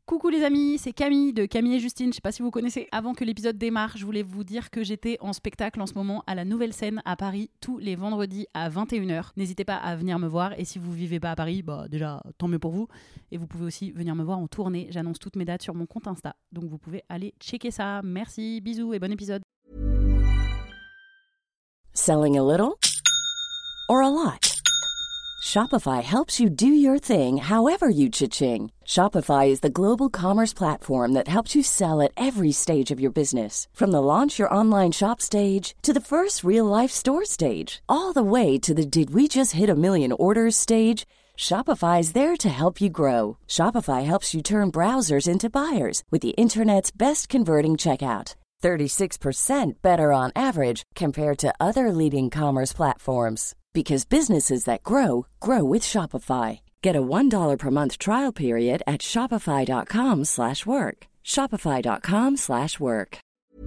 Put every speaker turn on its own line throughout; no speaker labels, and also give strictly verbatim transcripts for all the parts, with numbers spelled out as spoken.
Coucou les amis, c'est Camille de Camille et Justine, je sais pas si vous connaissez. Avant que l'épisode démarre, je voulais vous dire que j'étais en spectacle en ce moment à la Nouvelle Scène à Paris tous les vendredis à vingt et une heures. N'hésitez pas à venir me voir et si vous vivez pas à Paris, bah déjà tant mieux pour vous. Et vous pouvez aussi venir me voir en tournée, j'annonce toutes mes dates sur mon compte Insta. Donc vous pouvez aller checker ça. Merci, bisous et bon épisode.
Selling a little or a lot? Shopify helps you do your thing however you cha-ching. Shopify is the global commerce platform that helps you sell at every stage of your business. From the launch your online shop stage to the first real-life store stage, all the way to the did we just hit a million orders stage. Shopify is there to help you grow. Shopify helps you turn browsers into buyers with the internet's best converting checkout. thirty-six percent better on average compared to other leading commerce platforms. Because businesses that grow, grow with Shopify. Get a one dollar per month trial period at shopify.com slash work. Shopify.com slash work.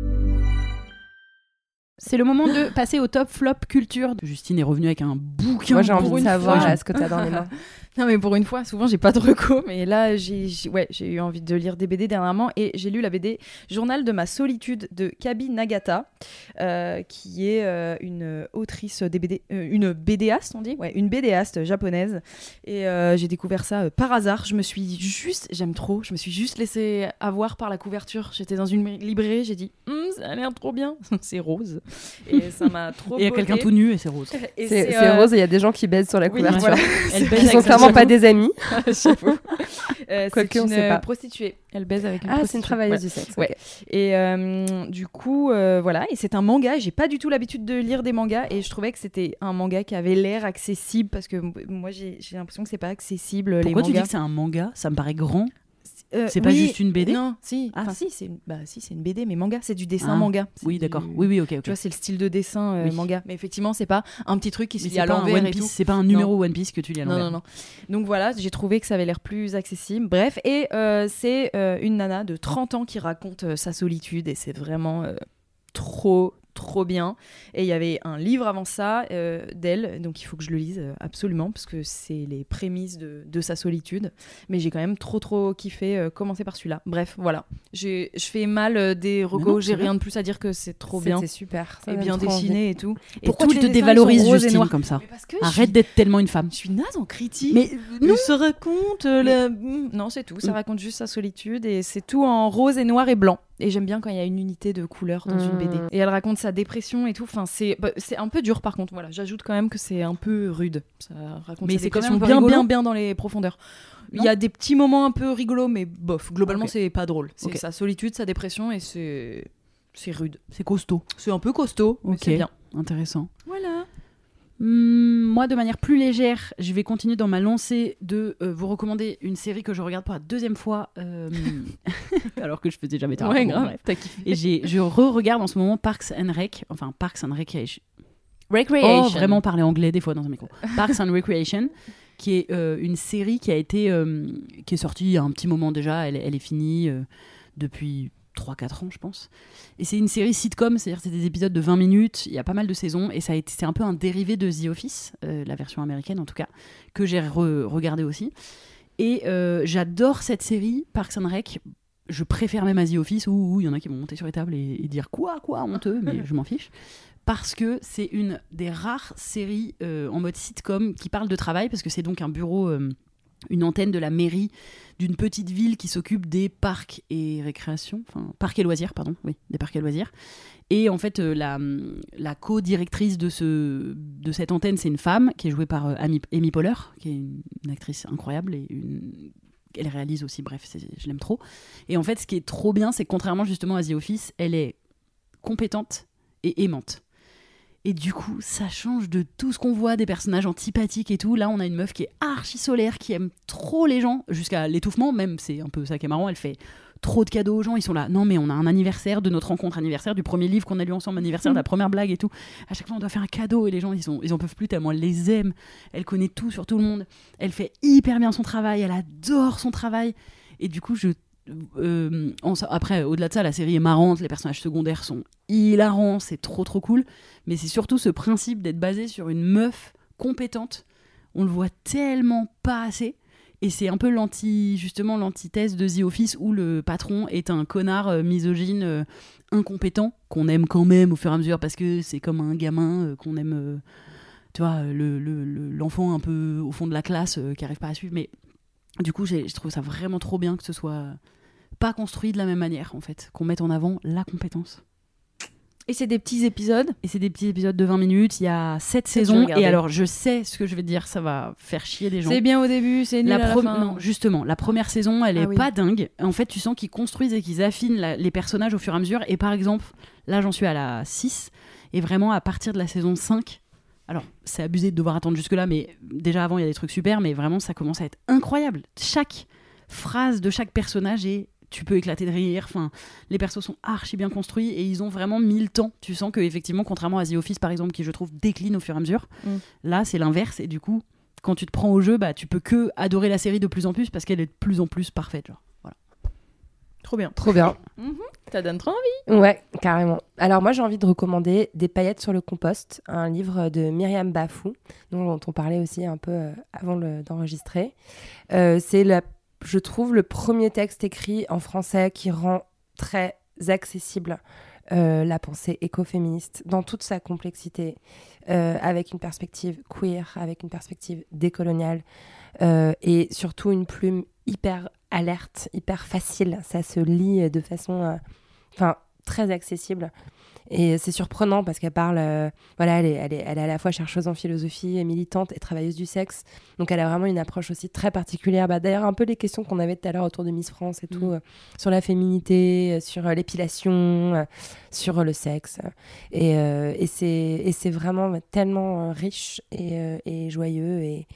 C'est le moment de passer au top flop culture. Justine est revenue avec un bouquin.
Moi j'ai envie
pour
de
une
savoir
fois.
là, ce que t'as dans les mains.
Non mais pour une fois, souvent j'ai pas de reco, mais là j'ai, j'ai, ouais, j'ai eu envie de lire des B D dernièrement et j'ai lu la B D Journal de ma solitude de Kabi Nagata, euh, qui est euh, une autrice des B D, euh, une BDaste on dit, ouais, une BDaste japonaise. Et euh, j'ai découvert ça euh, par hasard. Je me suis juste, j'aime trop, je me suis juste laissée avoir par la couverture. J'étais dans une librairie, j'ai dit, hm, ça a l'air trop bien, c'est rose. Et ça m'a trop.
Et il y a quelqu'un tout nu et c'est rose.
Et
c'est,
c'est,
c'est
euh...
rose et il y a des gens qui baisent sur la
oui,
couverture.
voilà.
Elle baise
Ils sont
avec
clairement pas des amis.
J'avoue. Euh,
Quoique,
c'est
on
une
sait pas.
prostituée. Elle baise avec une
Ah,
prostituée.
c'est une travailleuse
Ouais.
du sexe.
Ouais.
ok.
Et euh, du coup, euh, voilà. Et c'est un manga. J'ai pas du tout l'habitude de lire des mangas. Et je trouvais que c'était un manga qui avait l'air accessible. Parce que m- moi, j'ai, j'ai l'impression que c'est pas accessible.
Pourquoi
les
tu dis
mangas.
que c'est un manga? Ça me paraît grand.
Euh,
c'est pas
oui,
juste une B D?
Non, si.
Ah,
Enfin, si, c'est une... Bah, si, c'est une B D, mais manga. C'est du dessin
Ah,
manga. C'est
Oui,
du-
d'accord. Oui, oui, ok. ok.
Tu vois, c'est le style de dessin euh,
Oui.
manga. Mais effectivement, c'est pas un petit truc qui se
Mais
lit
c'est
à
pas un
l'envers
One
et
Piece,
tout.
c'est pas un numéro One Piece que tu lis à
Non,
l'envers.
non, non. Donc voilà, j'ai trouvé que ça avait l'air plus accessible. Bref, et euh, c'est euh, une nana de trente ans qui raconte euh, sa solitude et c'est vraiment euh, trop, trop bien. Et il y avait un livre avant ça euh, d'elle, donc il faut que je le lise euh, absolument parce que c'est les prémices de, de sa solitude. Mais j'ai quand même trop, trop kiffé euh, commencer par celui-là. Bref, voilà. J'ai, je fais mal euh, des
non,
recos, j'ai
c'est bien.
rien de plus à dire que c'est trop bien.
C'était super. Ça
Et
donne
bien
trop envie.
dessiné et tout. Et
Pourquoi
tous
tu
les
te
dessins, ils
dévalorises,
sont roses et
Justine,
noirs.
comme ça?
Mais parce que je
Arrête
suis-
d'être tellement une femme.
je suis naze en critique.
Mais
Il
non.
se raconte euh, la- non, c'est tout. Ça
Mm.
raconte juste sa solitude et c'est tout en rose et noir et blanc. Et j'aime bien quand il y a une unité de couleur dans une
Mm.
B D. Et elle raconte sa dépression et tout. Enfin, c'est bah, c'est un peu dur par contre. Voilà, j'ajoute quand même que c'est un peu rude. Ça raconte
Mais
sa
c'est quand
dépression
même un peu
bien,
rigolo.
bien, bien dans les profondeurs. Il y
Non
a des petits moments un peu rigolos, mais bof. Globalement,
Ok.
c'est pas drôle. C'est
Ok.
sa solitude, sa dépression et c'est c'est rude.
C'est costaud.
C'est un peu costaud, mais
Ok.
c'est bien.
Intéressant.
Voilà.
Hum, moi, de manière plus légère, je vais continuer dans ma lancée de euh, vous recommander une série que je regarde pour la deuxième fois, euh, alors que je faisais jamais tard.
Ouais,
Bon,
grave.
bref.
T'as kiffé.
Et j'ai, je re-regarde en ce moment Parks and Rec, enfin Parks and Recreation. Recreation. Oh, vraiment parler anglais des fois dans un micro. Parks and Recreation, qui est euh, une série qui a été, euh, qui est sortie il y a un petit moment déjà. Elle, elle est finie euh, depuis trois quatre ans, je pense. Et c'est une série sitcom, c'est-à-dire c'est des épisodes de vingt minutes. Il y a pas mal de saisons et ça a été, c'est un peu un dérivé de The Office, euh, la version américaine en tout cas, que j'ai re- regardé aussi. Et euh, j'adore cette série, Parks and Rec. Je préfère même à The Office où il y en a qui vont monter sur les tables et, et dire quoi, quoi, honteux, mais je m'en fiche. Parce que c'est une des rares séries euh, en mode sitcom qui parle de travail, parce que c'est donc un bureau, euh, une antenne de la mairie d'une petite ville qui s'occupe des parcs et récréations, enfin parcs et loisirs, pardon, oui, des parcs et loisirs. Et en fait, euh, la, la co-directrice de, ce, de cette antenne, c'est une femme qui est jouée par euh, Amy, Amy Poehler, qui est une, une actrice incroyable et une... elle réalise aussi, bref, c'est, je l'aime trop. Et en fait, ce qui est trop bien, c'est que contrairement justement à The Office, elle est compétente et aimante. Et du coup, ça change de tout ce qu'on voit, des personnages antipathiques et tout. Là, on a une meuf qui est archi solaire, qui aime trop les gens, jusqu'à l'étouffement même. C'est un peu ça qui est marrant. Elle fait trop de cadeaux aux gens. Ils sont là, non mais on a un anniversaire de notre rencontre anniversaire, du premier livre qu'on a lu ensemble, anniversaire, de la première blague et tout. À chaque fois, on doit faire un cadeau et les gens, ils, sont, ils en peuvent plus tellement elle les aime. Elle connaît tout sur tout le monde. Elle fait hyper bien son travail. Elle adore son travail. Et du coup, je... Euh, en, après, au-delà de ça, la série est marrante, les personnages secondaires sont hilarants, c'est trop trop cool, mais c'est surtout ce principe d'être basé sur une meuf compétente, on le voit tellement pas assez, Et c'est un peu l'anti, justement l'antithèse de The Office où le patron est un connard euh, misogyne, euh, incompétent, qu'on aime quand même au fur et à mesure parce que c'est comme un gamin euh, qu'on aime, euh, tu vois, le, le, le, l'enfant un peu au fond de la classe euh, qui arrive pas à suivre. Mais du coup, j'ai, je trouve ça vraiment trop bien que ce soit pas construit de la même manière, en fait, qu'on mette en avant la compétence.
Et c'est des petits épisodes.
Et c'est des petits épisodes de vingt minutes. Il y a sept saisons. Et alors, je sais ce que je vais dire, ça va faire chier des gens.
C'est bien au début, c'est nul
la
à
pro-
la fin.
Non, justement, la première saison, elle
Ah
est
oui.
pas dingue. En fait, tu sens qu'ils construisent et qu'ils affinent la- les personnages au fur et à mesure. Et par exemple, là, j'en suis à la six. Et vraiment, à partir de la saison cinq, alors, c'est abusé de devoir attendre jusque-là, mais déjà avant, il y a des trucs super. Mais vraiment, ça commence à être incroyable. Chaque phrase de chaque personnage est... Tu peux éclater de rire, enfin, les persos sont archi bien construits et ils ont vraiment mis le temps. Tu sens que effectivement, contrairement à The Office par exemple, qui je trouve décline au fur et à mesure, mm. là c'est l'inverse et du coup, quand tu te prends au jeu, bah tu peux que adorer la série de plus en plus parce qu'elle est de plus en plus parfaite, genre. Voilà.
Trop bien.
Trop bien.
Mm-hmm. Ça donne trop envie.
Ouais, carrément. Alors moi j'ai envie de recommander Des paillettes sur le compost, un livre de Myriam Bafou, dont on parlait aussi un peu euh, avant le, d'enregistrer. Euh, c'est la je trouve le premier texte écrit en français qui rend très accessible euh, la pensée écoféministe dans toute sa complexité, euh, avec une perspective queer, avec une perspective décoloniale euh, et surtout une plume hyper alerte, hyper facile. Ça se lit de façon euh, très accessible. Et c'est surprenant parce qu'elle parle, euh, voilà, elle est, elle, est, elle est à la fois chercheuse en philosophie, militante et travailleuse du sexe. Donc elle a vraiment une approche aussi très particulière. Bah, d'ailleurs, un peu les questions qu'on avait tout à l'heure autour de Miss France et tout, mmh. euh, sur la féminité, euh, sur euh, l'épilation, euh, sur euh, le sexe. Et, euh, et, c'est, et c'est vraiment tellement euh, riche et, euh, et joyeux et,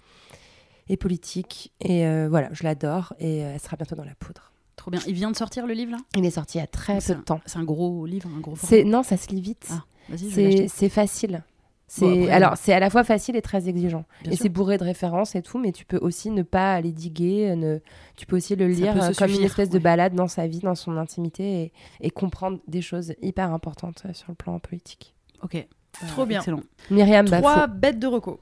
et politique. Et euh, voilà, je l'adore et euh, elle sera bientôt dans la poudre.
Trop bien. Il vient de sortir le livre là ?
Il est sorti il y a très
c'est
peu de
un,
temps.
C'est un gros livre, un gros
c'est, Non, ça se lit vite.
Ah, vas-y, je
c'est, c'est facile. C'est, bon, après, alors, c'est à la fois facile et très exigeant. Bien et sûr. C'est bourré de références et tout, mais tu peux aussi ne pas aller diguer. Ne... Tu peux aussi le lire comme suffire, une espèce ouais. de balade dans sa vie, dans son intimité et, et comprendre des choses hyper importantes sur le plan politique.
Ok. Euh,
Trop bien.
Excellent.
Myriam
Trois
Bafou.
bêtes de reco.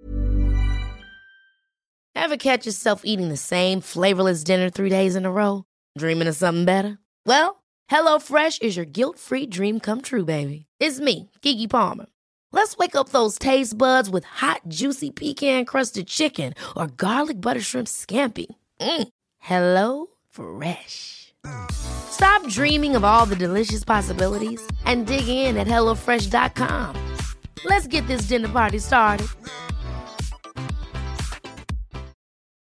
Ever catch yourself eating the same flavorless dinner three days in a row? Dreaming of something better? Well, HelloFresh is your guilt-free dream come true, baby. It's me, Keke Palmer. Let's wake up those taste buds with hot, juicy pecan-crusted chicken or garlic butter shrimp scampi. Mm. Hello Fresh. Stop dreaming of all the delicious possibilities and dig in at hello fresh dot com. Let's get this dinner party started.